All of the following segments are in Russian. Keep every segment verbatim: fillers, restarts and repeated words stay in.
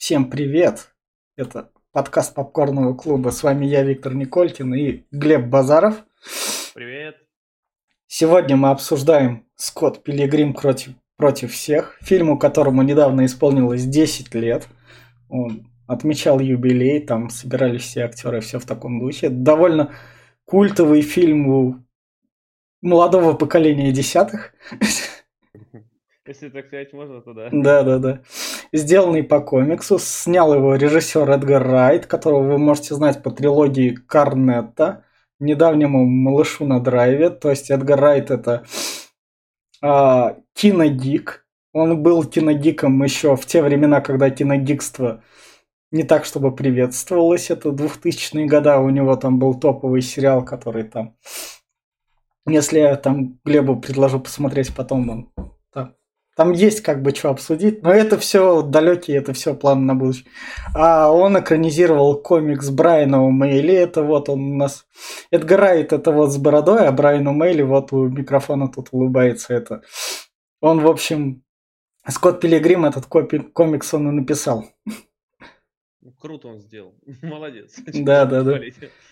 Всем привет! Это подкаст Попкорного клуба. С вами я, Виктор Николькин и Глеб Базаров. Привет! Сегодня мы обсуждаем «Скотт Пилигрим против, против всех», фильму, которому недавно исполнилось десять лет. Он отмечал юбилей, там собирались все актеры, все в таком духе. Довольно культовый фильм у молодого поколения десятых. Если так сказать можно, то да. Да, да, да. Сделанный по комиксу. Снял его режиссер Эдгар Райт, которого вы можете знать по трилогии Корнетта, недавнему «Малышу на драйве». То есть Эдгар Райт это а, киногик. Он был киногиком еще в те времена, когда киногикство не так, чтобы приветствовалось. Это двухтысячные года. У него там был топовый сериал, который там... Если я там Глебу предложу посмотреть потом, он там Там есть как бы что обсудить, но это все далекие, это все планы на будущее. А он экранизировал комикс Брайана О'Мейли, это вот он у нас... Эдгар Райт это вот с бородой, а Брайан О'Мейли вот у микрофона тут улыбается. Это он, в общем, Скотт Пилигрим этот копи- комикс он и написал. Круто он сделал. Молодец. Да, да, да.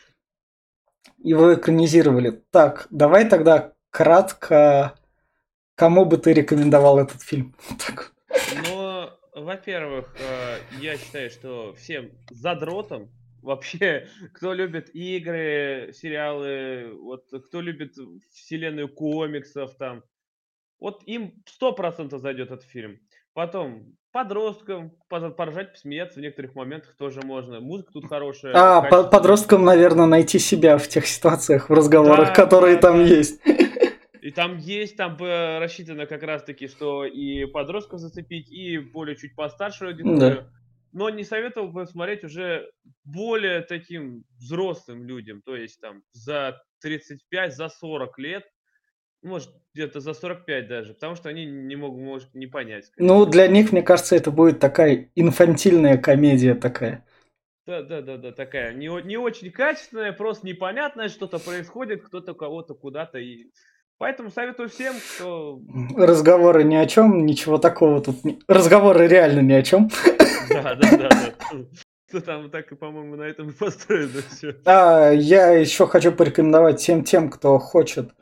Его экранизировали. Так, давай тогда кратко... Кому бы ты рекомендовал этот фильм? Так. Ну, во-первых, я считаю, что всем задротам, вообще, кто любит игры, сериалы, вот кто любит вселенную комиксов, там, вот им сто процентов зайдет этот фильм. Потом подросткам поза- поржать, посмеяться в некоторых моментах тоже можно. Музыка тут хорошая, А по- качественная. подросткам, наверное, найти себя в тех ситуациях, в разговорах, Да, которые да, там да. есть. И там есть, там э, рассчитано как раз-таки, что и подростков зацепить, и более чуть постаршую Да. аудиторию. Но не советовал бы смотреть уже более таким взрослым людям, то есть там за тридцать пять, за сорок лет, может где-то за сорок пять даже, потому что они не могут, может, не понять, скорее Ну, всего. для них, мне кажется, это будет такая инфантильная комедия такая. Да, да, да, да, такая не, о- не очень качественная, просто непонятное, что-то происходит, кто-то кого-то куда-то и. Поэтому советую всем, кто. Разговоры ни о чем, ничего такого тут не... Разговоры реально ни о чем. Да, да, да, да. Что там так, по-моему, на этом и построено все. А я еще хочу порекомендовать всем тем, кто хочет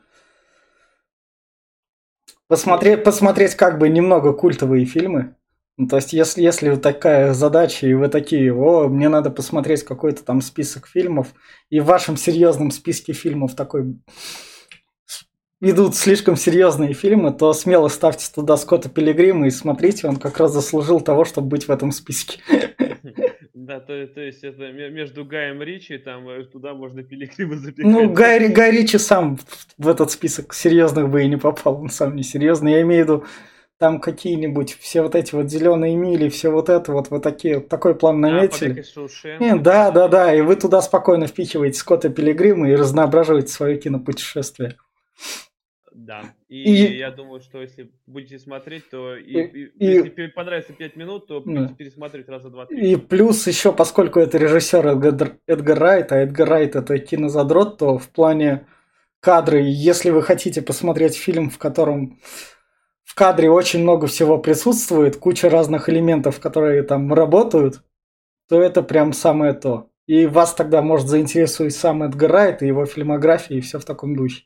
посмотреть, Слушать. посмотреть как бы немного культовые фильмы. Ну, то есть, если, если такая задача, и вы такие, о, мне надо посмотреть какой-то там список фильмов, и в вашем серьезном списке фильмов такой идут слишком серьезные фильмы, то смело ставьте туда Скотта Пилигрима и смотрите, он как раз заслужил того, чтобы быть в этом списке. Да, то, то есть это ме- между Гаем Ричи, там э, туда можно Пилигрима Ну, запихать, да? Гай, Гай Ричи сам в этот список серьезных бы и не попал, он сам не серьезный. Я имею в виду, там какие-нибудь все вот эти вот зеленые мили, все вот это вот, вы такие, такой план А, побег наметили. из Не, Шоушенка, да, да. да, да, и вы туда спокойно впихиваете Скотта Пилигрима и разноображиваете свое кинопутешествие. Да. И И, я думаю, что если будете смотреть, то и, и, и если и, пе- понравится пять минут, то ну, будете пересматривать раза два-три. и плюс еще, поскольку это режиссер Эдгар, Эдгар Райт, а Эдгар Райт это кинозадрот, то в плане кадры, если вы хотите посмотреть фильм, в котором в кадре очень много всего присутствует, куча разных элементов, которые там работают, то это прям самое то. И вас тогда может заинтересовать сам Эдгар Райт и его фильмография, и все в таком духе.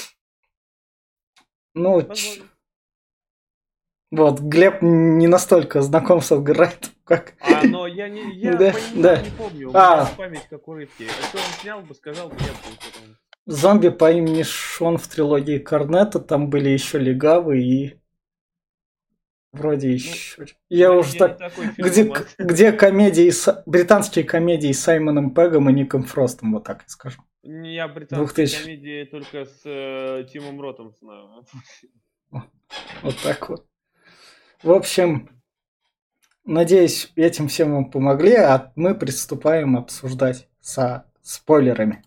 Ну, ч- Возможно. вот, Глеб не настолько знаком с Эдгар Райтом, как... А, но я не, я Да, по именам да. не помню, у меня А, память как у рыбки. А что он снял бы, сказал бы, я бы потом. зомби по имени Шон в трилогии Корнетта, там были еще легавы и вроде Ну, еще... Я я, уже я не так... такой Где, фильмоман. где комедии, с- британские комедии с Саймоном Пегом и Ником Фростом, вот так я скажу. Я британские двухтысячных. комедии только с э, Тимом Ротом знаю. Вот так вот. В общем, надеюсь, этим всем вам помогли, а мы приступаем обсуждать со спойлерами.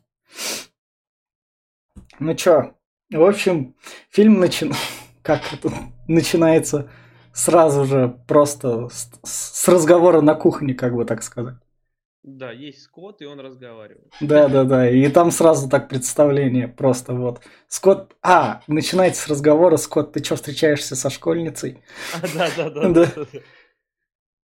Ну чё, в общем, фильм начи... как это начинается сразу же просто с, с разговора на кухне, как бы так сказать. Да, есть Скотт, и он разговаривает. Да, да, да. И там сразу так представление просто вот. Скотт. А, начинается с разговора. Скотт, ты что, встречаешься со школьницей? А, да, да, да, да, Да. да. Да.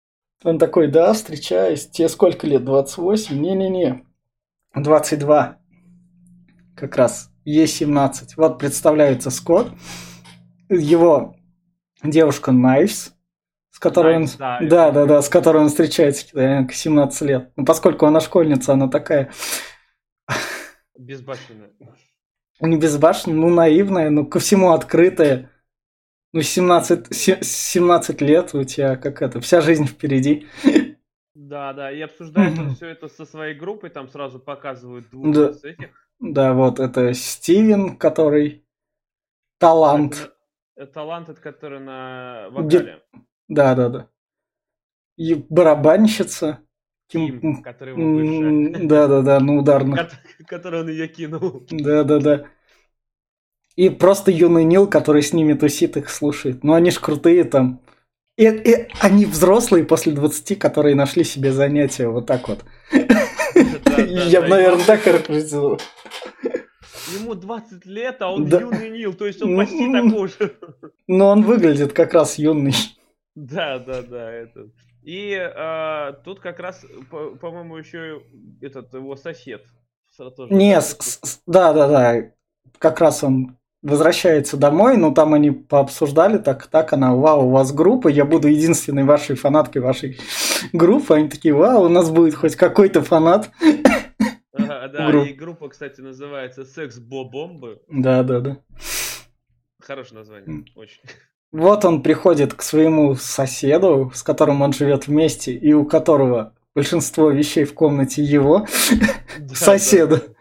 Он такой, да, встречаюсь. Тебе сколько лет? двадцать восемь? Не-не-не. двадцать два. Как раз. Ей семнадцать. Вот представляется Скотт. Его девушка Найвс, с которой Найвс, он... да, Да, это да, да, с которой он встречается, когда к семнадцать лет. Ну, поскольку она школьница, она такая безбашенная. не безбашенная, ну, наивная, ну, ко всему открытая. Ну, семнадцать, се- семнадцать лет у тебя, как это, вся жизнь впереди. Да, да, и обсуждает он Мгм. все это со своей группой, там сразу показывают двух Да, из этих, да, вот это Стивен, который как талант. на э, талант, этот, который на Ги- вокале. Да, да, да. И барабанщица. Ким- Ким, м, который его бывшая, м, Да, да, да, на ударных. кот который он ее кинул. Да, да, да. И просто юный Нил, который с ними тусит, их слушает. Ну, они ж крутые там. И, и они взрослые после двадцати, которые нашли себе занятия вот так вот. Да-да-да, Я бы, ему наверное, так характеризовал. ему двадцать лет, а он Да. юный Нил, то есть он почти такой же. Но он выглядит как раз юный. Да-да-да, это. И, а, тут как раз, по по-моему, еще этот его сосед с тоже Не, так с- же тут. с- с- да, да, да. Как раз он возвращается домой, но там они пообсуждали, так, так, она, вау, у вас группа, я буду единственной вашей фанаткой вашей группы. Они такие, вау, у нас будет хоть какой-то фанат Ага, в да, и группе. группа, кстати, называется "Секс-бо-бомбы". Да, да, да. Хорошее название, очень. Вот он приходит к своему соседу, с которым он живет вместе, и у которого большинство вещей в комнате его, соседа. Да-да-да.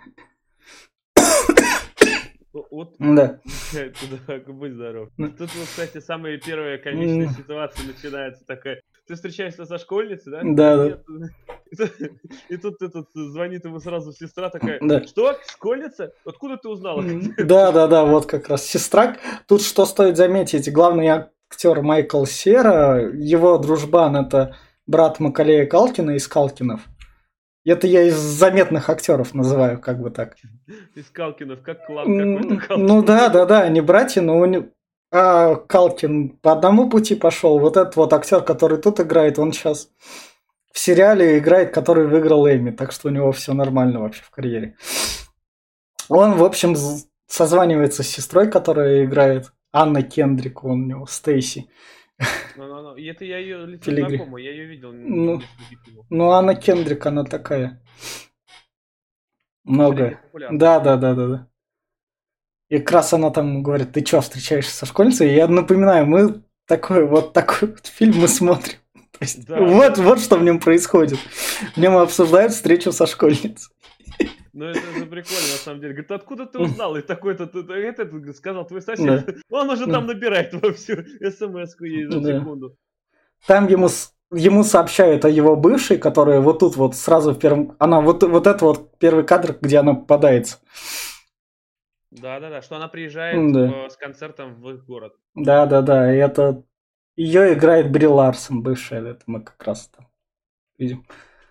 О вот, Да. да, будь здоров. Ну. Тут вот, кстати, самая первая комичная М. ситуация начинается такая. Ты встречаешься со школьницей, да? Да, да. Нет. И тут и тут этот звонит ему сразу сестра такая: Да. "Что? Школьница? Откуда ты узнала?" М, Да, да, да, вот как раз сестра. Тут что стоит заметить, главный актер Майкл Сера, его дружбан это брат Макалея Калкина из Калкинов. Это я из заметных актеров называю, как бы так. Из Калкинов, как клан какой-то М, Калкин. Ну да, да, да, они братья, но у не- а Калкин по одному пути пошел. Вот этот вот актер, который тут играет, он сейчас в сериале играет, который выиграл Эмми, так что у него все нормально вообще в карьере. Он, в общем, з- созванивается с сестрой, которая играет Анна Кендрик, он у него Стейси Ну-ну-ну. И это я ее лицо Пилигри. знакомое, я ее видел Ну, в нескольких фильмах. ну, Анна Кендрик, она такая Средне много. популярная. Да, да, да, да, да. И как раз она там говорит, ты чё, встречаешься со школьницей? И я напоминаю, мы такой вот такой вот фильм мы смотрим. То есть, Да, вот, да. вот что в нем происходит. В нем обсуждают встречу со школьницей. Ну это же прикольно, на самом деле. Говорит: "Откуда ты узнал?" И такой-то тут этот говорит, сказал: "Твой Да. сосед". Он уже Да. там набирает вовсю, смску ей за Да. секунду. Там ему, с- ему сообщают о его бывшей, которая вот тут вот сразу в первом... Она вот, вот это вот первый кадр, где она попадается. Да-да-да, что она приезжает М, Да, в с концертом в их город. да, да, да. И это... Ее играет Бри Ларсон, бывшая. Это мы как раз там видим.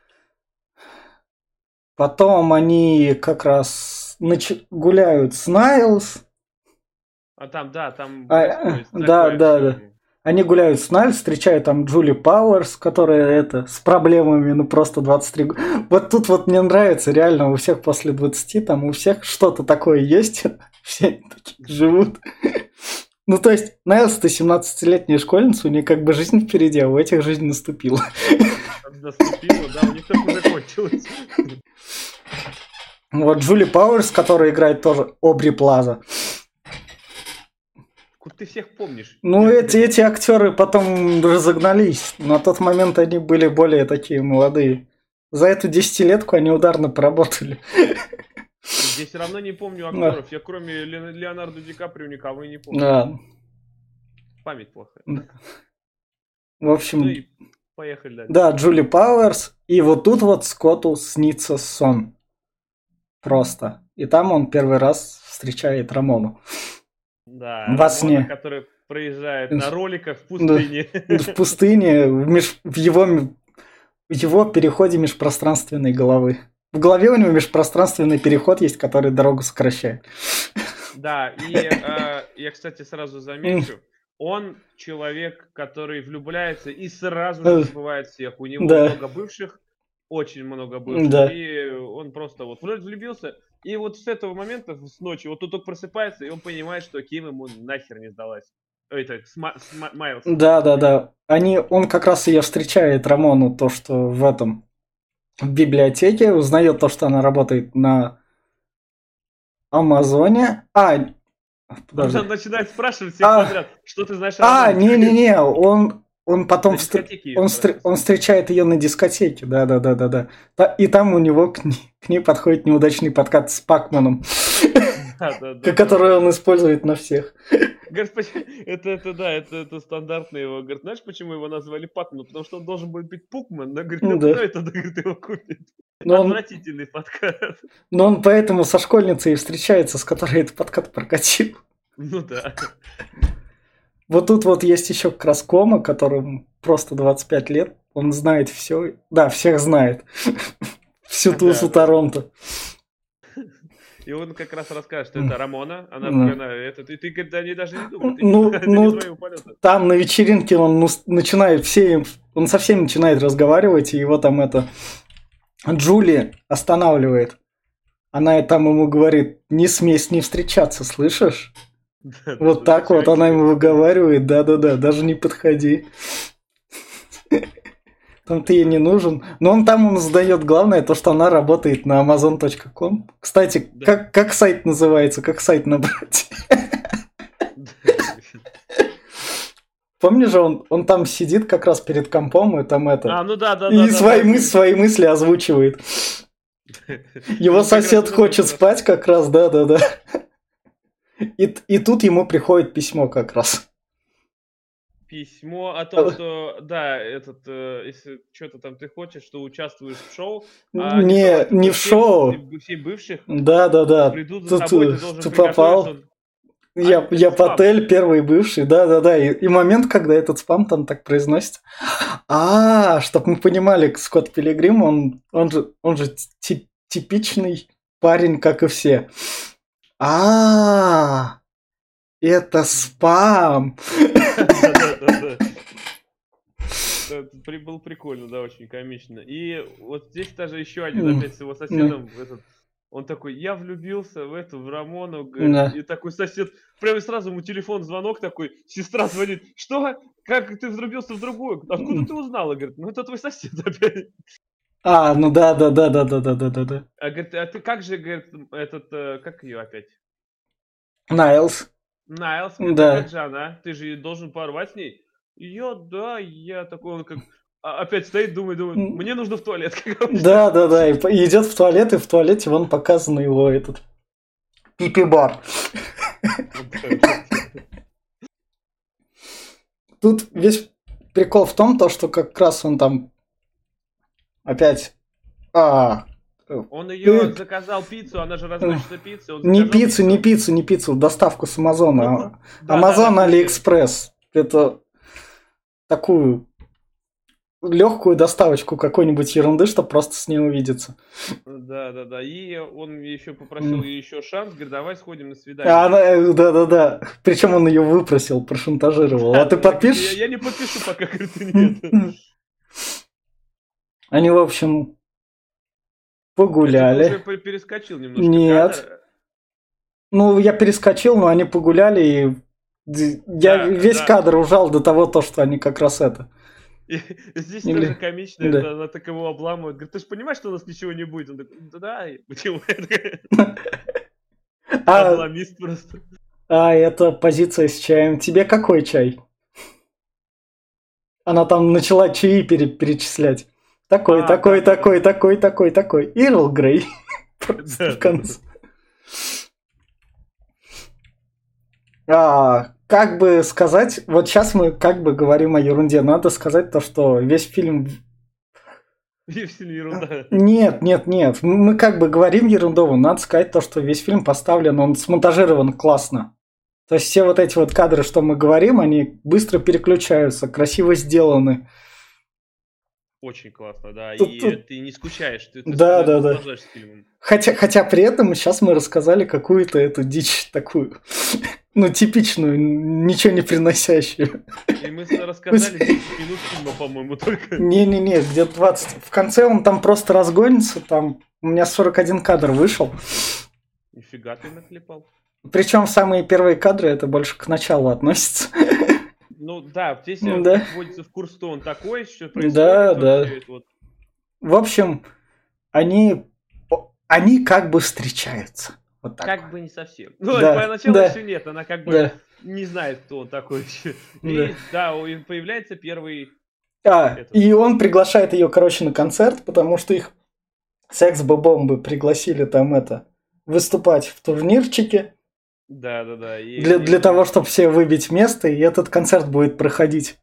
Потом они как раз нач- гуляют с Найлз. А там, да, там А, происходит да, такое да, да. всё. Они гуляют с Найлз, встречают там Джули Пауэрс, которая это, с проблемами, ну просто двадцать три года. Вот тут вот мне нравится, реально, у всех после двадцати, там у всех что-то такое есть. Все они такие живут. Ну, то есть, Найлз-то семнадцатилетняя школьница, у нее как бы жизнь впереди, а у этих жизнь наступила. Наступило, да, у них только закончилось. Вот Джули Пауэрс, которая играет тоже Обри Плаза. Откуда ты всех помнишь? Ну, эти, эти актеры потом разогнались. На тот момент они были более такие молодые. За эту десятилетку они ударно поработали. Я все равно не помню Да. актеров. Я кроме Ле- Леонардо Ди Каприо никого и не помню. Да. Память плохая. В Ну общем, и поехали дальше. да, Джули Пауэрс. И вот тут вот Скотту снится сон. Просто. И там он первый раз встречает Рамону. Да, Во Рамона, сне. который проезжает на роликах в Да. пустыне. В пустыне, в, меж- в его, м- в его переходе межпространственной головы. В голове у него межпространственный переход есть, который дорогу сокращает. Да, и э, я, кстати, сразу замечу, Он человек, который влюбляется и сразу же Э, забывает всех. У него Да, много бывших, очень много бывших, да. и он просто вот вроде влюбился, и вот с этого момента, с ночи, вот тут только просыпается, и он понимает, что Ким ему нахер не сдалась. Ой, это, Сма- Сма- Майлз. Да, да, да. Они, он как раз ее встречает, Рамону, то, что в этом, в библиотеке, узнает то, что она работает на Амазоне. А, Он подожди. там начинает спрашивать всех А, подряд, что ты знаешь о а, Рамоне. не-не-не, он, он потом На встр- дискотеке ее он, встр- спрашивает. он встречает ее на дискотеке, да, да, да, да, да. Та- И там у него к ней, к ней подходит неудачный подкат с Пакманом, Да, да, да, да, который да. он использует на всех. Говорит, поч- это, это да, это, это стандартный его. Говорит, знаешь, почему его назвали Пакман? Потому что он должен был быть Пукман. Да, говорит, Ну ну да. кто это, да, говорит, его купит? Но он, Отвратительный подкаст. но он поэтому со школьницей и встречается, с которой этот подкат прокатил. Ну да. Вот тут вот есть еще как раз Кома, которому просто двадцать пять лет. Он знает все. Да, всех знает. Всю Да, тусу да. Торонто. И он как раз расскажет, что М. это Рамона. Она, Да. она это, ты, ты, говорит, они даже не думают. ты Ну, не- это ну, не твоего полета. Там на вечеринке он ну, с- начинает все, им- он со всеми начинает разговаривать, и его там это Джули останавливает. Она там ему говорит, не смей с ней встречаться, слышишь? Да, да, Вот да, так вот чуваки. она ему выговаривает, да-да-да, даже не подходи. Там ты ей не нужен. Но он там ему задает главное, то, что она работает на амазон точка ком. Кстати, Да. как, как сайт называется, как сайт набрать? Помнишь же, он, он там сидит как раз перед компом, и там это... А, ну да, да, и да. да, свои, да. мыс- свои мысли озвучивает. Его Он как раз сосед вот это хочет вот спать как раз, да-да-да. И, т- и тут ему приходит письмо как раз. Письмо о том, Э. что, да, этот, э, если что-то там ты хочешь, что участвуешь в шоу, а не, Не, что, а не типа в все, шоу. все бывших Да-да-да. придут за Тут тобой, ты э, должен ты приготовить. попал. он- А, Я, это я спам. Патель, первый бывший, да-да-да. И, и момент, когда этот спам там так произносится. А, чтоб мы понимали, Скотт Пилигрим, он, он же, он же ти- типичный парень, как и все. А, это спам. Да-да-да-да. Это при- было прикольно, да, очень комично. И вот здесь даже еще один М, опять с его соседом, этот, он такой, я влюбился в эту, в Рамону, Да. говорит, и такой сосед, прямо сразу ему телефон, звонок такой, сестра звонит, что? Как ты влюбился в другую? Откуда ты узнала? Говорит, ну это твой сосед опять. А, ну да, да, да, да, да, да, да, да, да. А, говорит, а ты как же, говорит, этот, э, как ее опять? Найлс. Найлс, говорит, а Да. как же она? Ты же должен порвать с ней. Я, да, я такой, он как, а, опять стоит, думает, думает, М. мне нужно в туалет, как обычно. Да, да, да. И по- и идет в туалет, и в туалете вон показан его этот пипи-бар. Тут весь прикол в том, то, что как раз он там опять... А, Он ее Э, заказал пиццу, она же разносится пиццей. Он не заказал пиццу, не пиццу, не пиццу, доставку с Амазона. Ну, а- да, да, Амазон, да, Алиэкспресс. Это такую легкую доставочку какой-нибудь ерунды, чтобы просто с ней увидеться. Да, да, да. И он еще попросил М. ей еще шанс, говорит, давай сходим на А свидание. она, э, да-да-да. Причем он ее выпросил, прошантажировал. А ты Да, да, говорит, подпишешь? Я, я не подпишу, пока, говорит, ты нет. Они, в общем, Это ты погуляли. уже пе- перескочил немножко Нет. кадр. Ну, я перескочил, но они погуляли, и д- я Да, весь да. кадр ужал до того, то, что они как раз это. И здесь Или- тоже комично, да. это она так его обламывает. Говорит, ты же понимаешь, что у нас ничего не будет? Он такой, да, да, и почему? А, Обламист просто. а это позиция с чаем. Тебе какой чай? Она там начала чаи пере- перечислять. Такой, А, такой, да, да, такой, такой, такой, такой. Ирл Грей. Да, Просто да, в конце. А, как бы сказать, вот сейчас мы как бы говорим о ерунде. Надо сказать то, что весь фильм... И все ерунда. Нет, нет, нет. Мы как бы говорим ерундово. Надо сказать то, что весь фильм поставлен, он смонтажирован классно. То есть все вот эти вот кадры, что мы говорим, они быстро переключаются, красиво сделаны. Очень классно, да. Тут- И тут- ты не скучаешь, ты, ты Да, да, да. наслаждаешься фильмом. Хотя, хотя при этом сейчас мы рассказали какую-то эту дичь такую. Ну, типичную, ничего не приносящую. И мы рассказали десять минут фильма, по-моему, только. Не-не-не, где-то двадцать. В конце он там просто разгонится, там у меня сорок один кадр вышел. Нифига ты наклепал. Причем самые первые кадры это больше к началу относятся. Ну да, здесь Да. вводится в курс, что он такой, что происходит. Да, да. вообще, это вот. В общем, они, они как бы встречаются. Вот так. Как бы не совсем. Ну, Да, поначалу да. еще нет, она как бы Да. не знает, кто он такой еще. Да. И да, у- и появляется первый. А, Этот. и он приглашает ее, короче, на концерт, потому что их секс-бомбы пригласили там это выступать в турнирчике. Да, да, да. И, Для, и- для того, чтобы все выбить место, и этот концерт будет проходить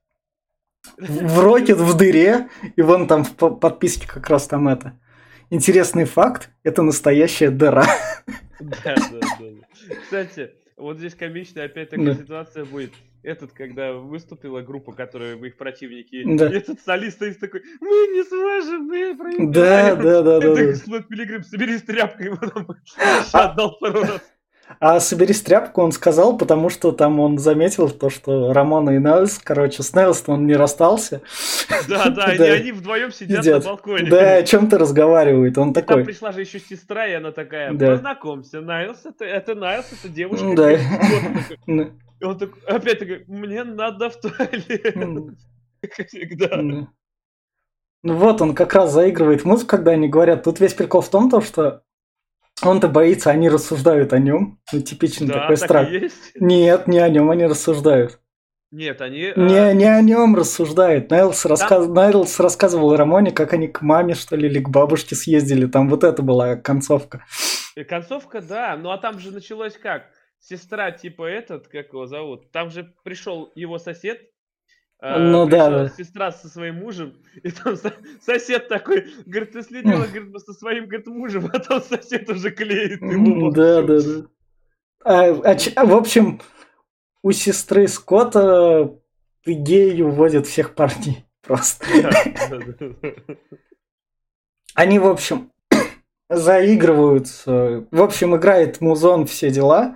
в в Рокет, в дыре, и вон там в по- подписке как раз там это. Интересный факт, это настоящая дыра. Да, да, да. да. Кстати, вот здесь комичная опять такая Да. ситуация будет. Этот, когда выступила группа, которая их противники, Да. и этот солист стоит такой, мы не сможем, мы проиграем. Да, да, да, да, Это да. Скотт Пилигрим, соберись тряпкой, и потом А- еще отдал второй раз. А соберись тряпку он сказал, потому что там он заметил то, что Рамона и Найлс, короче, с Найлсом он не расстался. Да, да, и Да. они вдвоем сидят Сидят. на балконе. Да, о чем-то разговаривает. Он И там такой. пришла же еще сестра, и она такая, Да. познакомься, Найлс, это, это Найлс, это девушка. Да. Скотт такой. Да. И он такой, опять такой, мне надо в туалет. М, Как всегда. да. Ну вот, он как раз заигрывает музыку, когда они говорят. Тут весь прикол в том, то, что он-то боится, они рассуждают о нем. Ну, типичный Да, такой так страх. и есть. Нет, не о нем они рассуждают. Нет, они... Не, а, не о нем рассуждают. Найлс, рассказ... Найлс рассказывал Рамоне, как они к маме, что ли, или к бабушке съездили. Там вот это была концовка. э, концовка, да, ну а там же началось как? Сестра, типа этот, как его зовут? Там же пришел его сосед, а, Ну да, пришла да. сестра со своим мужем, и там со- сосед такой, говорит, ты следила, говорит, со своим, говорит, мужем, а там сосед уже клеит его Да, вовсю. да, да. А, а ч- а, в общем, у сестры Скотта геи уводят всех парней. Просто. Да, да, да, да. Они, в общем, заигрываются. В общем, играет музон, все дела.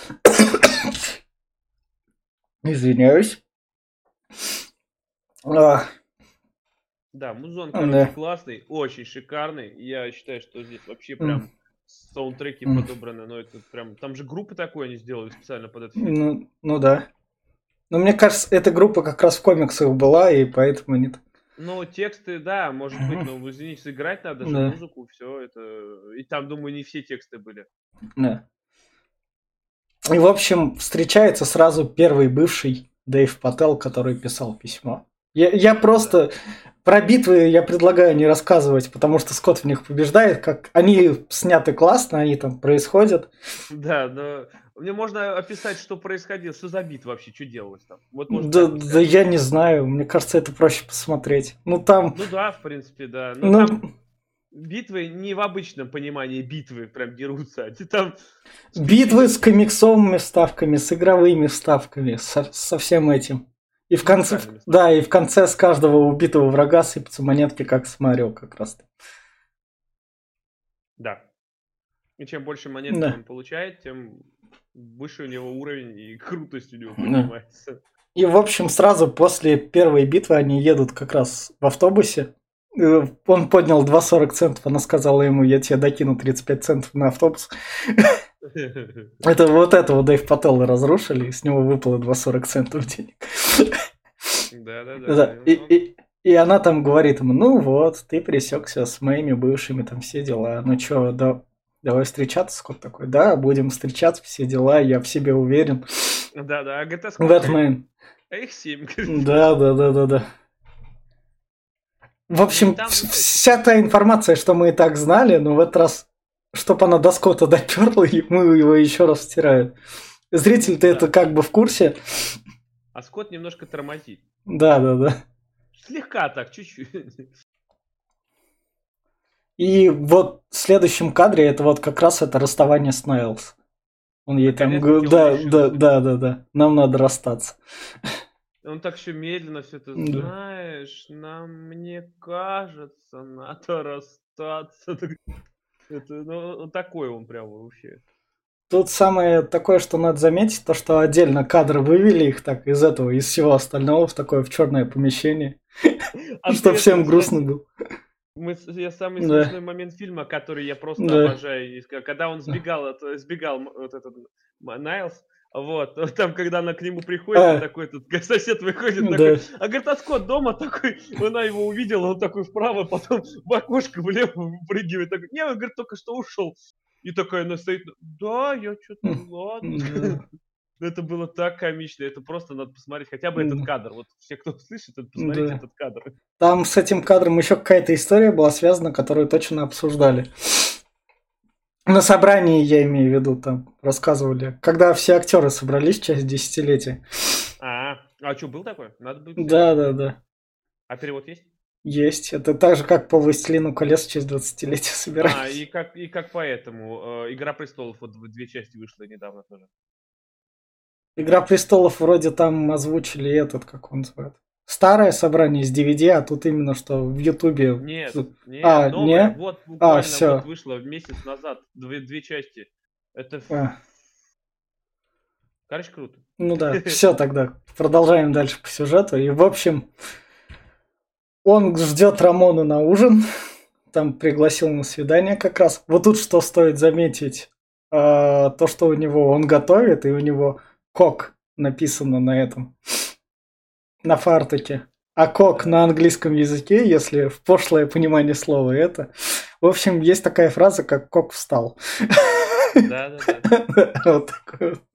Извиняюсь. А, Да, музон, Да. короче, классный, очень шикарный. Я считаю, что здесь вообще М. прям саундтреки М. подобраны, но это прям... Там же группы такое они сделали специально под этот фильм. ну, ну да. Но мне кажется, эта группа как раз в комиксах была, и поэтому они... так- Ну, тексты, да, может быть, Мгм. но вы извините, сыграть надо же Да. музыку, все это. И там, думаю, не все тексты были. Да. И, в общем, встречается сразу первый бывший Дэйв Паттел, который писал письмо. Я, я просто... Про битвы я предлагаю не рассказывать, потому что Скотт в них побеждает. Как... Они сняты классно, они там происходят. Да, но мне можно описать, что происходило, что за бит вообще, что делалось там. Вот можно Да, так да сказать. я не знаю, мне кажется, это проще посмотреть. Ну там... Ну да, в принципе, да. Но Ну, там битвы не в обычном понимании битвы прям дерутся. Они там битвы с комиксовыми вставками, с игровыми вставками, со, со всем этим. И в конце, Музыкальными да, и в конце с каждого убитого врага сыпятся монетки, как с Марио как раз. Да. И чем больше монет Да. он получает, тем выше у него уровень и крутость у него Да. поднимается. И, в общем, сразу после первой битвы они едут как раз в автобусе. Э, Он поднял два сорок центов, она сказала ему, я тебе докину тридцать пять центов на автобус. Это вот этого Дэйв Паттелла разрушили, и с него выпало два сорок центов денег. Да-да-да. Да, и и, он- и, и она там говорит ему, ну вот, ты пересекся с моими бывшими, там все дела, ну чё, да, давай встречаться, Скотт такой, да, будем встречаться, все дела, я в себе уверен. Да-да, а говорит, а В сколько? этот момент. А их семь. говорит. Да, да, да, да, да. В общем, И там вс- вот эти- вся та информация, что мы и так знали, но в этот раз, чтоб она до Скотта доперла, и мы его еще раз стирают. Зритель-то Да. это как бы в курсе. А Скотт немножко тормозит. Да, да, да. Слегка так, чуть-чуть. И вот в следующем кадре это вот как раз это расставание с Найлс. Он ей там Наконец-таки говорит, он да, решился. да, да, да, да, нам надо расстаться. Он так еще медленно все это, Да. знаешь, нам, мне кажется, надо расстаться. Так- Это, ну, вот такой он прям вообще. Тут самое такое, что надо заметить, то, что отдельно кадры вывели их так из этого, из всего остального в такое в черное помещение, А чтобы при этом, всем грустно кстати, было. мы, с- я самый Да, смешной момент фильма, который я просто да, обожаю, и ска- когда он сбегал, от, э, сбегал м, вот этот м, Найлс, вот, там, когда она к нему приходит, и а, такой этот г- сосед выходит такой, да, а говорит, а Скотт дома такой, она его увидела, он такой вправо, потом в окошко влево выпрыгивает, такой, не, он, говорит, только что ушел. И такая она стоит, да, я что-то, м, ладно. да, Ну, это было так комично, это просто надо посмотреть, хотя бы этот м, кадр, вот все, кто слышит, это посмотрите да. этот кадр. Там с этим кадром еще какая-то история была связана, которую точно обсуждали. На собрании, я имею в виду, там рассказывали, когда все актеры собрались в часть десятилетия. А, а что, был такой? Надо будет, кстати, Да, да, посмотреть. да. А перевод есть? Есть. Это так же, как по «Властелину колец» в честь двадцатилетия А, и собирались. как, и как поэтому. э, «Игра престолов» вот в две части вышла недавно тоже. «Игра престолов» вроде там озвучили этот, как он называет. Старое собрание с ди ви ди, а тут именно что в Ютубе. Нет, нет, А, новая. не? Вот А, буквально вот все. вышла месяц назад. Две, две части. Это, ф- А, короче, круто. ну да, все тогда. Продолжаем дальше по сюжету. И, в общем, он ждет Рамону на ужин. Там пригласил на свидание как раз. Вот тут что стоит заметить. а, то, что у него он готовит, и у него кок написано на этом, на фартуке. А кок Да, на английском языке, если в пошлое понимание слова это. В общем, есть такая фраза, как кок встал. да, да, да. Вот такой вот.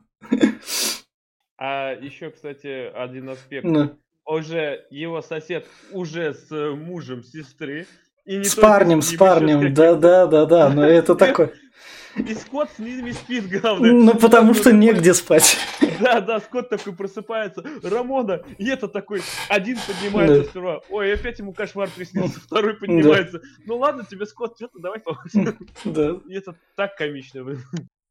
А еще, кстати, один аспект. Ну, Уже его сосед уже с э, мужем сестры. И не с только с парнем, с ним, еще с парнем, да, каким-то. да, да, да, но это такой. И Скотт с ними спит, главное. Ну, И там потому ну, что такой, негде спать. да, да, Скотт такой просыпается, Рамона, и это такой, один Да, поднимается сперва, ой, опять ему кошмар приснился, второй да, поднимается, ну ладно тебе, Скотт, что-то давай поможем. да. И это так комично было.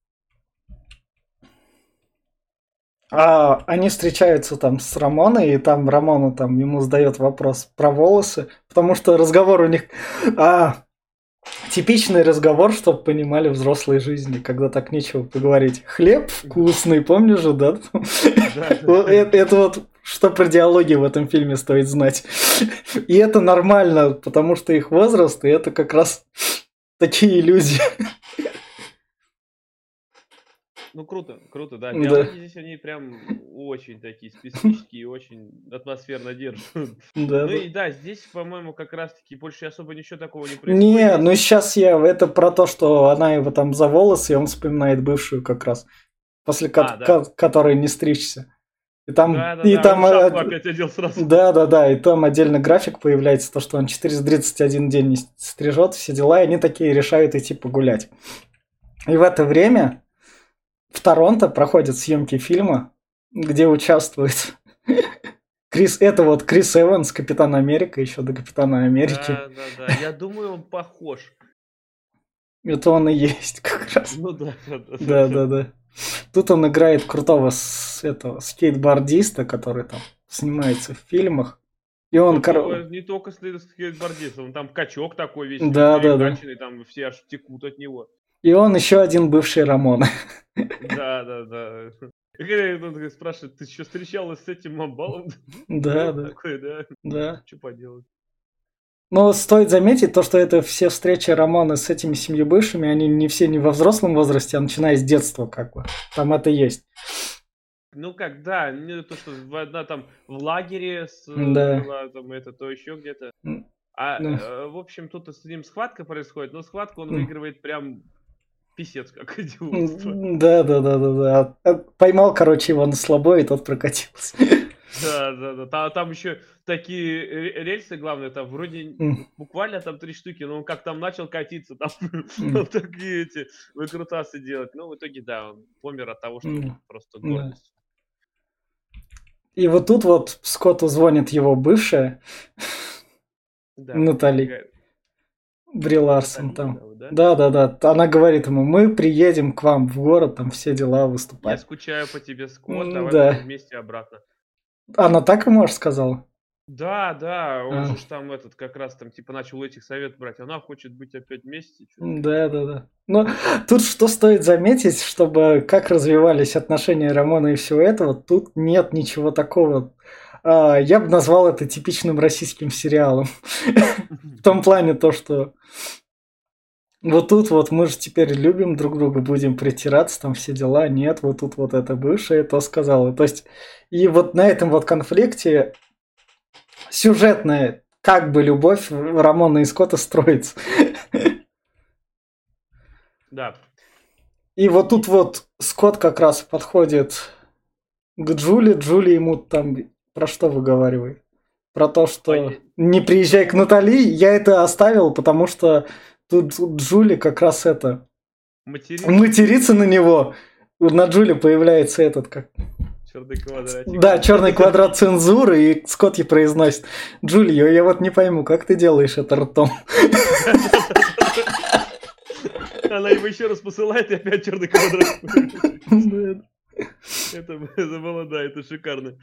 А они встречаются там с Рамоной, и там Рамона там ему задает вопрос про волосы, потому что разговор у них а, типичный разговор, чтобы понимали взрослой жизни, когда так нечего поговорить. Хлеб вкусный, помнишь же, да? Да, Вот да. Это, это вот что про диалоги в этом фильме стоит знать. И это нормально, потому что их возраст, и это как раз такие люди. Ну, круто, круто, да, Да, диалоги здесь, они прям очень такие специфические и очень атмосферно держат. да, Ну да. и да, здесь, по-моему, как раз-таки больше особо ничего такого не происходит. Не, ну Здесь, сейчас я это про то, что она его там за волосы, и он вспоминает бывшую как раз, после ко- а, да, ко- которой не стричься. И там, и да-да-да, он там, шапку э, опять одел сразу. да, да, да, и там отдельно график появляется, то, что он четыреста тридцать один день не стрижет, все дела, и они такие решают идти погулять. И в это время в Торонто проходят съемки фильма, где участвует Крис, это вот Крис Эванс, Капитан Америка, еще до Капитана Америки. Да-да-да, я думаю, он похож. Это он и есть как раз. Ну да, да, Да, да. да, да. Тут он играет крутого с, этого, скейтбордиста, который там снимается в фильмах. И он, Только кор... э, не только с скейтбордистом, он там качок такой весь Да, да, да. перекачанный, там все аж текут от него. И он еще один бывший Рамон. Да-да-да. И когда он говорит, спрашивает: "Ты что встречалась с этим амбалом?" Да, Был да, такой, да. да. Что поделать. Но стоит заметить то, что это все встречи Рамона с этими семью бывшими, они не все не во взрослом возрасте, а начиная с детства, как бы. Там это есть. Ну как, да, не то, что в одна там в лагере с э, Да. была, там это, то еще где-то. М, А, ну, э, в общем, тут с ним схватка происходит, но схватку он м, выигрывает прям писец как идиотство. м, Да, да, да, да, да. А, Поймал, короче, его на слабо, и тот прокатился. Да, да, да. Та- Там, еще такие ре- рельсы, главное, там вроде М, буквально там три штуки, но он как там начал катиться, там, там м, такие эти выкрутасы делать. Ну, в итоге, да, он помер от того, что м, просто да. гордость. И вот тут вот Скотту звонит его бывшая, Да, Натали, какая- Бри Ларсон Натали ее там. зовут, да? Да, да, да. Она говорит ему, мы приедем к вам в город, там все дела Я выступать. скучаю по тебе, Скотт, М, давай будем Да. вместе обратно. Она так ему аж сказала? Да, да, он А, же ж там этот как раз там типа начал у этих совет брать. Она хочет быть опять вместе, что-то такое. да-да-да. Но тут что стоит заметить, чтобы как развивались отношения Рамона и всего этого, тут нет ничего такого. А, я бы назвал это типичным российским сериалом. В том плане то, что вот тут вот мы же теперь любим друг друга, будем притираться, там все дела. Нет, вот тут вот это бывшее то сказала. То есть, и вот на этом вот конфликте сюжетная как бы любовь Рамона и Скотта строится. Да. И вот И тут вот Скотт как раз подходит к Джули. Джули ему там про что выговаривает? Про то, что пое не приезжай к ну, Натали. Я это оставил, потому что тут Джули как раз это материться матерится на него. На Джули появляется этот как черный квадратик. да, черный квадрат цензуры, и Скотт ей произносит: Джулио, я вот не пойму, как ты делаешь это ртом. Да-да-да-да-да. Она его еще раз посылает, и опять черный квадрат. Это бы- это было, да, это шикарно.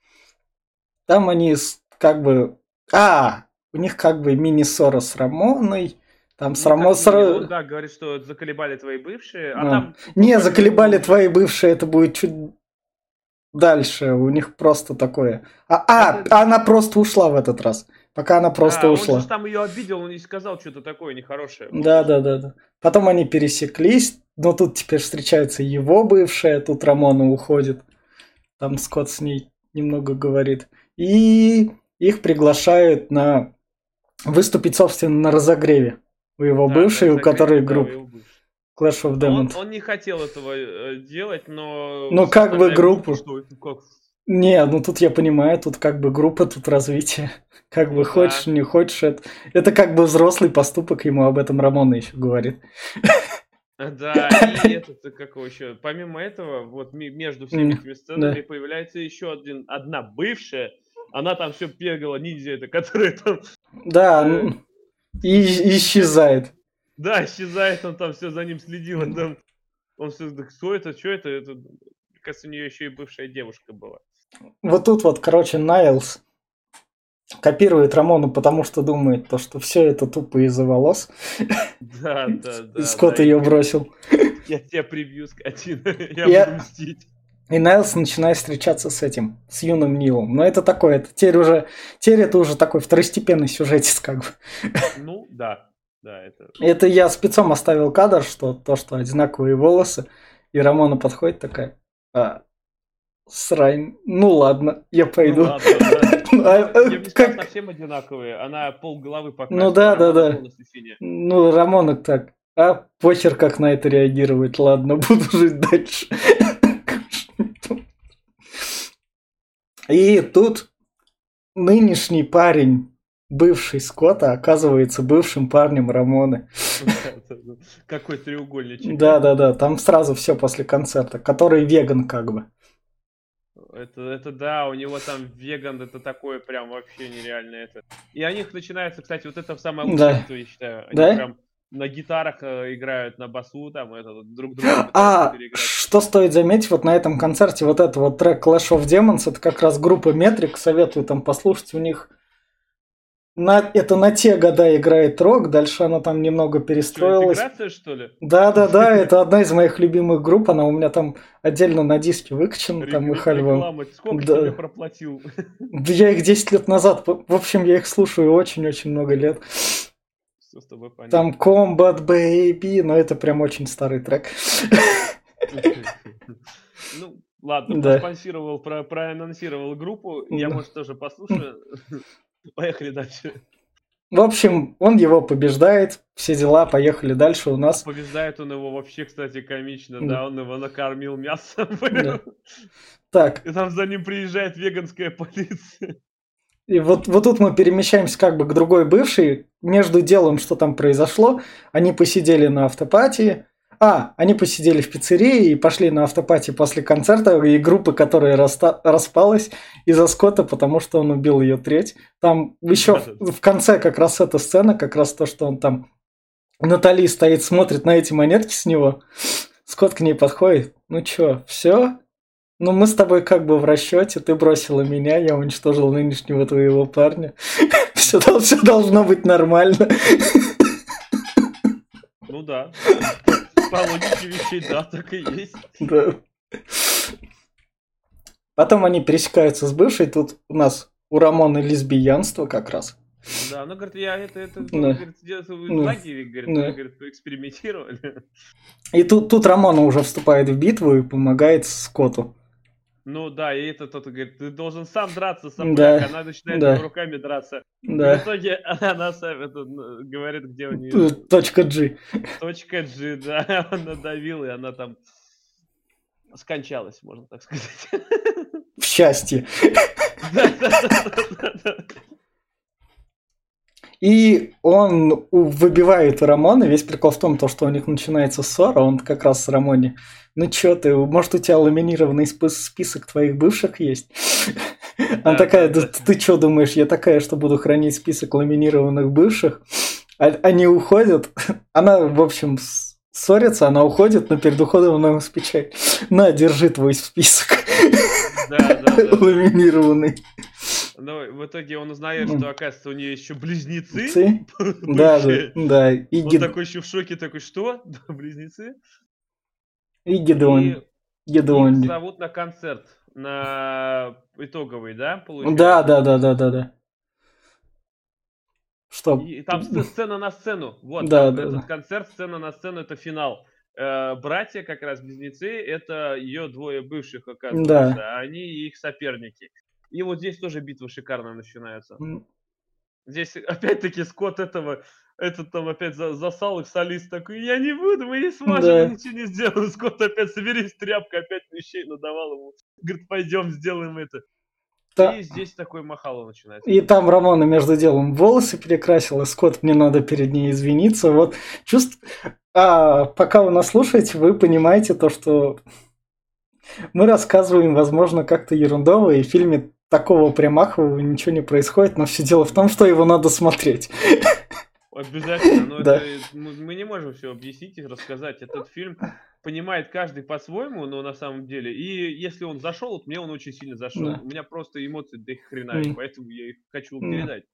Там они с- как бы... А, у них как бы мини-ссора с Рамоной. Там с Ну, Рамо... как с мини, он, Ра- да, говорит, что заколебали твои бывшие, а а. там по Не, факту он заколебали уже... твои бывшие, это будет чуть дальше. У них просто такое. А, а, Это, она просто ушла в этот раз. Пока она просто да, он же ж ушла. там ее обидел, он ей сказал что-то такое нехорошее, Да, помнишь? да, да, да. Потом они пересеклись, но тут теперь встречается его бывшая, тут Рамона уходит. Там Скотт с ней немного говорит. И их приглашают на выступить, собственно, на разогреве. У его Да, на бывшей, у разогреве, которой да, у группа его бывших. Clash of Но он, Demons. он не хотел этого э, делать, но Ну, вся как бы остальная группа, группу. что это как? Не, ну тут я понимаю, тут как бы группа, тут развитие. Как бы Ну хочешь, да. не хочешь, это, это как бы взрослый поступок, ему об этом Рамона еще говорит. А, да, и этот, э, как его еще, помимо этого, вот ми- между всеми М, этими сценами Да, появляется еще один, одна бывшая, она там все бегала, ниндзя это, которая там, да, э, н- и и исчез- исчезает. да, исчезает, он там все за ним следил, там, он все, что это, что это, это, кажется, у нее еще и бывшая девушка была. Вот тут вот, короче, Найлс копирует Рамону, потому что думает, то, что все это тупо из-за волос. Да, да, И да, Скотт да, и ее говорит, бросил. я тебя прибью, скотина, я буду Я... мстить. И Найлс начинает встречаться с этим, с юным Нилом. Но это такое, это теперь уже, теперь это уже такой второстепенный сюжетец, как бы. Ну, да, да, это, Это я спецом оставил кадр, что то, что одинаковые волосы, и Рамона подходит такая: «А, срань, ну ладно, я ну пойду». ладно, да. Ну, а, Ну, я э, бы не сказал как... совсем одинаковые, она пол головы Ну покрасила, да, а да, Рамона да. полностью синяя. Ну, Рамона так. А похер, как на это реагировать. Ладно, буду жить дальше. И тут нынешний парень, бывший Скотта, оказывается бывшим парнем Рамоны. Да-да-да. Какой треугольничек. Да, да, да. Там сразу все после концерта, который веган, как бы. Это, это да, у него там веган, это такое прям вообще нереально это. И у них начинается, кстати, вот это самая лучшая Да. битва, я считаю. Они Да? прям на гитарах э, играют, на басу, там, это, вот друг друга пытаются А переиграть. что стоит заметить, вот на этом концерте, вот это вот трек Clash of Demons, это как раз группа Metric, советую там послушать, у них на, это на те года играет рок, дальше она там немного Что, перестроилась. интеграция, что ли? Да-да-да, это одна из моих любимых групп, она у меня там отдельно на диске выкачана, там Ре- их ре- альбом. Реклама. Сколько тебе Да. проплатил? Да я их десять лет назад, в в общем, я их слушаю очень-очень много лет. Все с тобой Там понятно. Combat Baby, но это прям очень старый трек. Ну, ладно, Да. проспонсировал, про, проанонсировал группу. Я, Да. может, тоже послушаю. Поехали дальше. В общем, он его побеждает, все дела, поехали дальше у А нас. побеждает он его вообще, кстати, комично, Да. да, он его накормил мясом. Да. Так, И там за ним приезжает веганская полиция. и вот, вот тут мы перемещаемся как бы к другой бывшей. Между делом, что там произошло, они посидели на автопатии. А, они посидели в пиццерии и пошли на автопати после концерта и группы, которая раста- распалась из-за Скотта, потому что он убил ее треть. Там еще в, Да-да-да. в конце как раз эта сцена, как раз то, что он там... Натали стоит, смотрит на эти монетки с него. Скотт к ней подходит. Ну чё, все? Ну, мы с тобой как бы в расчете, ты бросила меня, я уничтожил нынешнего твоего парня. Все, все должно быть нормально. Ну да, да. По, по логике вещей, да, так и есть. Да. Потом они пересекаются с бывшей, тут у нас у Рамона лесбиянство как раз. Да, ну, говорит, я это, это Да. говорит, делать в Да. лагере, говорит, Да. мы, говорит, поэкспериментировали. И тут, тут Рамона уже вступает в битву и помогает Скотту. Ну да, и этот тот говорит, ты должен сам драться, Да, сопляк, она начинает да. его руками драться. И в Да. итоге она сам это, ну, говорит, где у нее Точка G. точка G, да, он надавил, и она там скончалась, можно так сказать. В счастье. Да-да-да-да-да. И он у- выбивает у Рамона. Весь прикол в том, то, что у них начинается ссора. Он как раз с Рамоне. Ну чё ты, может у тебя ламинированный спис- список твоих бывших есть? Она Да, такая, да, да да. ты чё думаешь, я такая, что буду хранить список ламинированных бывших? А- Они уходят. Она, в общем, с- ссорится, она уходит, но перед уходом она ему спичает. На, держи твой список. Да, да, да. Ламинированный. Но в итоге он узнает, Ну. что, оказывается, у нее еще близнецы. Цы? Да, да, бывшие. да. И, Он Гид- такой еще в шоке, такой, что? Близнецы? и Гедеон. И их Гедеон. зовут на концерт, на итоговый, да, получается? Да, да, да, да, да, да. Что? И там сц- сцена на сцену. Вот, Да, там да, этот да. концерт, сцена на сцену, это финал. Э, братья, как раз близнецы, это ее двое бывших, оказывается. Да. А они их соперники. И вот здесь тоже битва шикарно начинается. М, Здесь опять-таки Скотт этого, этот там опять за- засал их солист такой, я не буду, мы не сможем, Да. мы ничего не сделаем. Скотт опять соберись, тряпка, опять вещей надавал ему. Говорит, пойдем, сделаем это. Та- И здесь такой махало начинается. И там Рамона между делом волосы перекрасила. Скотт, мне надо перед ней извиниться. Вот чувств... А пока вы нас слушаете, вы понимаете то, что мы рассказываем, возможно, как-то ерундово, и в фильме такого прямахового ничего не происходит, но все дело в том, что его надо смотреть. Обязательно, но Да. это мы, мы не можем все объяснить и рассказать. Этот фильм понимает каждый по-своему, но на самом деле. И если он зашел, вот мне он очень сильно зашел. Да. У меня просто эмоции до хрена, и М. поэтому я их хочу М. вам передать.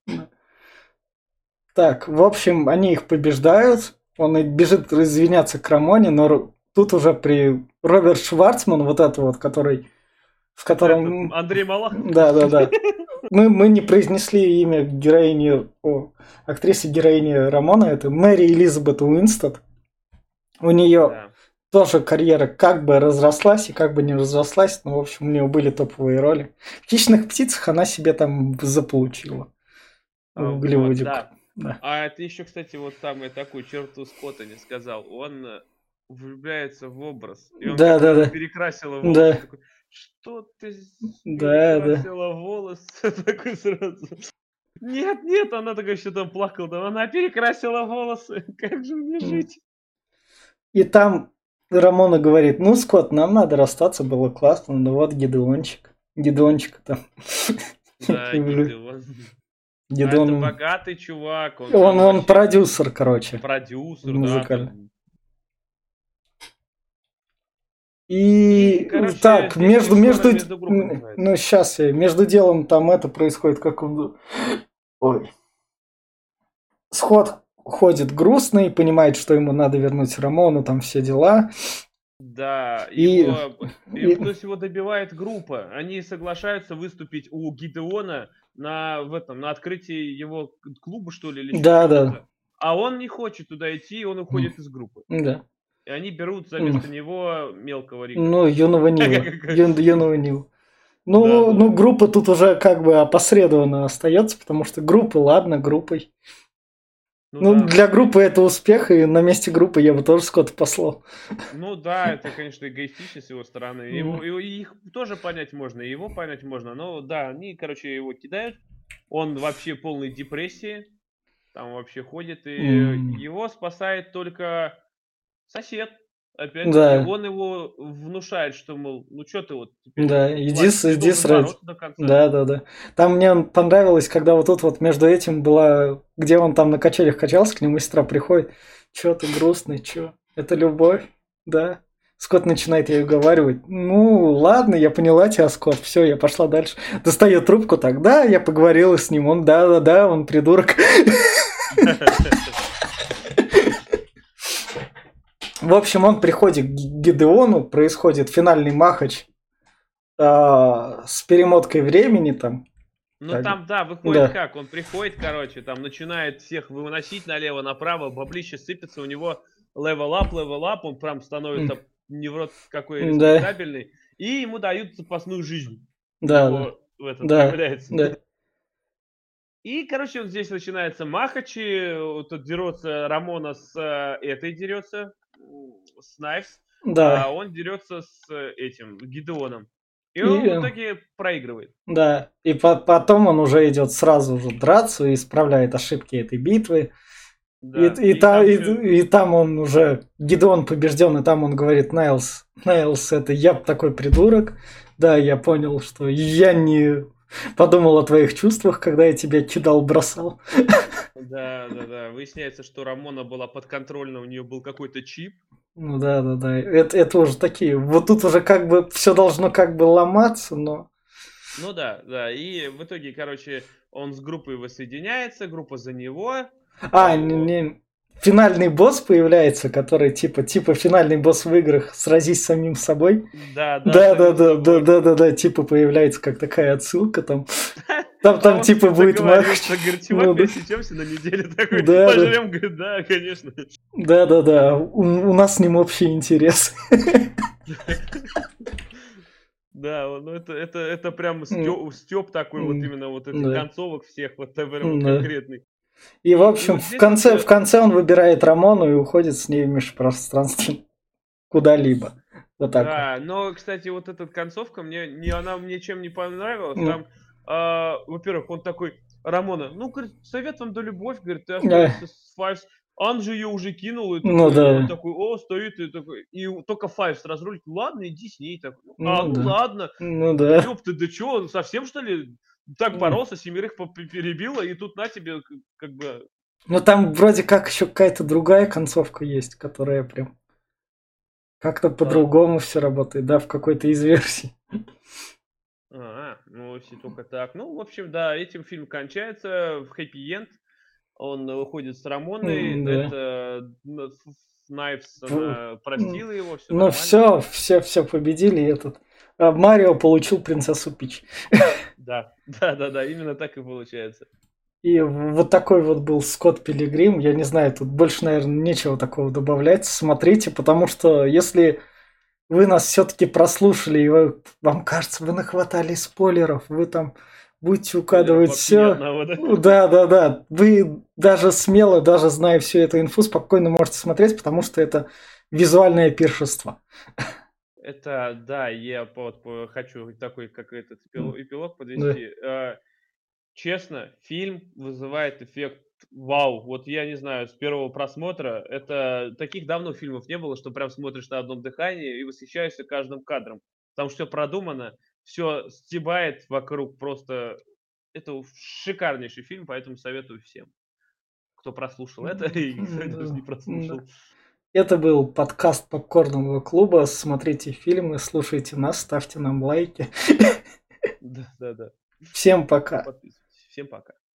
Так, в общем, они их побеждают. Он и бежит извиняться к Рамоне, но Р- тут уже при Роберт Шварцман, вот это вот, который, в котором... Этот Андрей Малахов. Да, да, да. Мы, мы не произнесли имя героини, о, актрисы героини Рамона, это Мэри Элизабет Уинстед. У нее Да. тоже карьера как бы разрослась и как бы не разрослась, но, в общем, у нее были топовые роли. В «Хищных птицах» она себе там заполучила. А, В вот, Голливуде. да. Да. А это еще, кстати, вот самую такую черту Скотта не сказал. Он э, влюбляется в образ. И он Да, как да, раз да. перекрасила волосы. Да. Такой, что ты с- Да, да. перекрасила волосы? Такой сразу. Нет, нет, она такая еще там плакала. Да, она перекрасила волосы. Как же мне М. жить? И там Рамона говорит, ну, Скотт, нам надо расстаться, было классно, ну вот Гедеончик. Гедеончик там. Да, Гидеон. А это Гедеон. богатый чувак. Он, Он, там он вообще продюсер, короче, продюсер, да. музыкальный. Там. И, И, короче, так, здесь между, ссора между, между группами начинается. ну, сейчас я, между делом там это происходит, как он, ой, Скотт ходит грустный, понимает, что ему надо вернуть Рамону, там все дела. Да, И- его, и- и, то есть его добивает группа. Они соглашаются выступить у Гидеона на, в этом, на открытии его к- клуба, что ли, или еще Да, да. чего-то. А он не хочет туда идти, и он уходит из группы. Да. И они берут вместо него мелкого Рига. Ну, юного Нила. Ю- юного Нила. Ну, Да, да. ну, группа тут уже как бы опосредованно остается, потому что группа, ладно, группой. Ну, да. для группы это успех, и на месте группы я бы тоже Скотта послал. Ну да, это, конечно, эгоистично с его стороны. Его, Мгм. его- их тоже понять можно, и его понять можно. Но да, они, короче, его кидают. Он вообще полной депрессии. Там вообще ходит. И М. его спасает только сосед. Опять-таки, Да. он его внушает, что, мол, ну что ты вот теперь Да, иди, плачешь, с- ты иди должен сразу. бороться до конца. Да, да, да. Там мне понравилось, когда вот тут вот между этим была, где он там на качелях качался, к нему сестра приходит. Чё ты грустный, чё? Это любовь? Да. Скотт начинает ее уговаривать. Ну, ладно, я поняла тебя, Скотт. Все, я пошла дальше. Достает трубку так. Да, я поговорила с ним. Он, да-да-да, он придурок. В общем, он приходит к Гидеону, происходит финальный махач а, с перемоткой времени там. Ну Так. там, да, выходит Да. как? Он приходит, короче, там начинает всех выносить налево-направо, баблище сыпется, у него level up, level up, он прям становится М. не в рот какой Да. респектабельный, и ему дают запасную жизнь. У Да, него в этот да, появляется. да. И, короче, вот здесь начинается махачи, вот тут дерется Рамона с э, этой дерется, м, с Найвс, Да. а он дерется с э, этим, Гидеоном. И И, он в э, итоге проигрывает. Да, и по- потом он уже идет сразу же драться и исправляет ошибки этой битвы. И, Да. и, И та- там и- ещё- и там он уже, Гидеон побежден, и там он говорит, Найлс, Найлс, это я такой придурок. Да, я понял, что я не подумал о твоих чувствах, когда я тебя кидал, бросал. Да, да, да. Выясняется, что Рамона была подконтрольна, у нее был какой-то чип. Ну да, да, да. Это, это уже такие. Вот тут уже как бы все должно как бы ломаться, но. Ну да, да. И в итоге, короче, он с группой воссоединяется, группа за него. А, Э, не, о- не- финальный босс появляется, который типа, типа финальный босс в играх «Сразись с самим собой». Да, да, Да, да, самим да, да, собой. да, да, да, типа появляется как такая отсылка там. Там, А там он типа с ним будет договорился, махач. говорит, Ну чувак, да. пересечемся на неделю такой, Да, да. пожрем, говорит, да, конечно. Да, да, да. У, у нас с ним общий интерес. Да, он- ну это, это, это прям М, степ такой вот м, именно вот этих Да. концовок всех, вот прям вот Да. конкретный. И, в И, и общем, вот в здесь конце, вот, в конце он выбирает Рамону и уходит с ней в межпространство куда-либо. Вот так вот. да, но, кстати, вот эта концовка, мне, не, она мне чем не понравилась. Ну, Там, а, во-первых, он такой, Рамона, ну, говорит, совет вам да любовь, говорит, ты э, останешься с Файвс. Ан же ее уже кинул, и ну такой, он да. такой, о, стоит, и такой, и у- только Файвс разрулит, ладно, иди с ней. Такой, «Ну, а, Ну ну да. ладно, Ну да. ёпта, да чё, он совсем, что ли, так боролся, семерых по- перебило, и тут на тебе, к- как бы, Ну там вроде как еще какая-то другая концовка есть, которая прям как-то а, по-другому все работает, да, в какой-то из версий. а, ну, если только так. Ну, в общем, да, этим фильм кончается в хэппи-энд. Он э, уходит с Рамоной, М, Да. это н- Ф- Ф- Снайпс, В- она м, простила его, все Ну нормально. все, все, все победили. и Этот а, Марио получил принцессу Пич. Да, да, да, да, именно так и получается. И вот такой вот был Скотт Пилигрим. Я не знаю, тут больше, наверное, нечего такого добавлять. Смотрите, потому что если вы нас все-таки прослушали, и вы, вам кажется, вы нахватали спойлеров, вы там будете Спойлеров угадывать вообще ни все. одного, да? Да, да, да. Вы даже смело, даже зная всю эту инфу, спокойно можете смотреть, потому что это визуальное пиршество. Это, да, я по- вот по- хочу такой, как этот М, эпилог, эпилог Да. подвести. Э, Честно, фильм вызывает эффект вау. Вот я не знаю, с первого просмотра, это таких давно фильмов не было, что прям смотришь на одном дыхании и восхищаешься каждым кадром. Потому что все продумано, все стебает вокруг, просто это шикарнейший фильм, поэтому советую всем, кто прослушал это и кто М, даже не Да, да. прослушал. Это был подкаст Попкорного клуба. Смотрите фильмы, слушайте нас, ставьте нам лайки. Да, да, да. Всем пока. Подписывайтесь. Всем пока.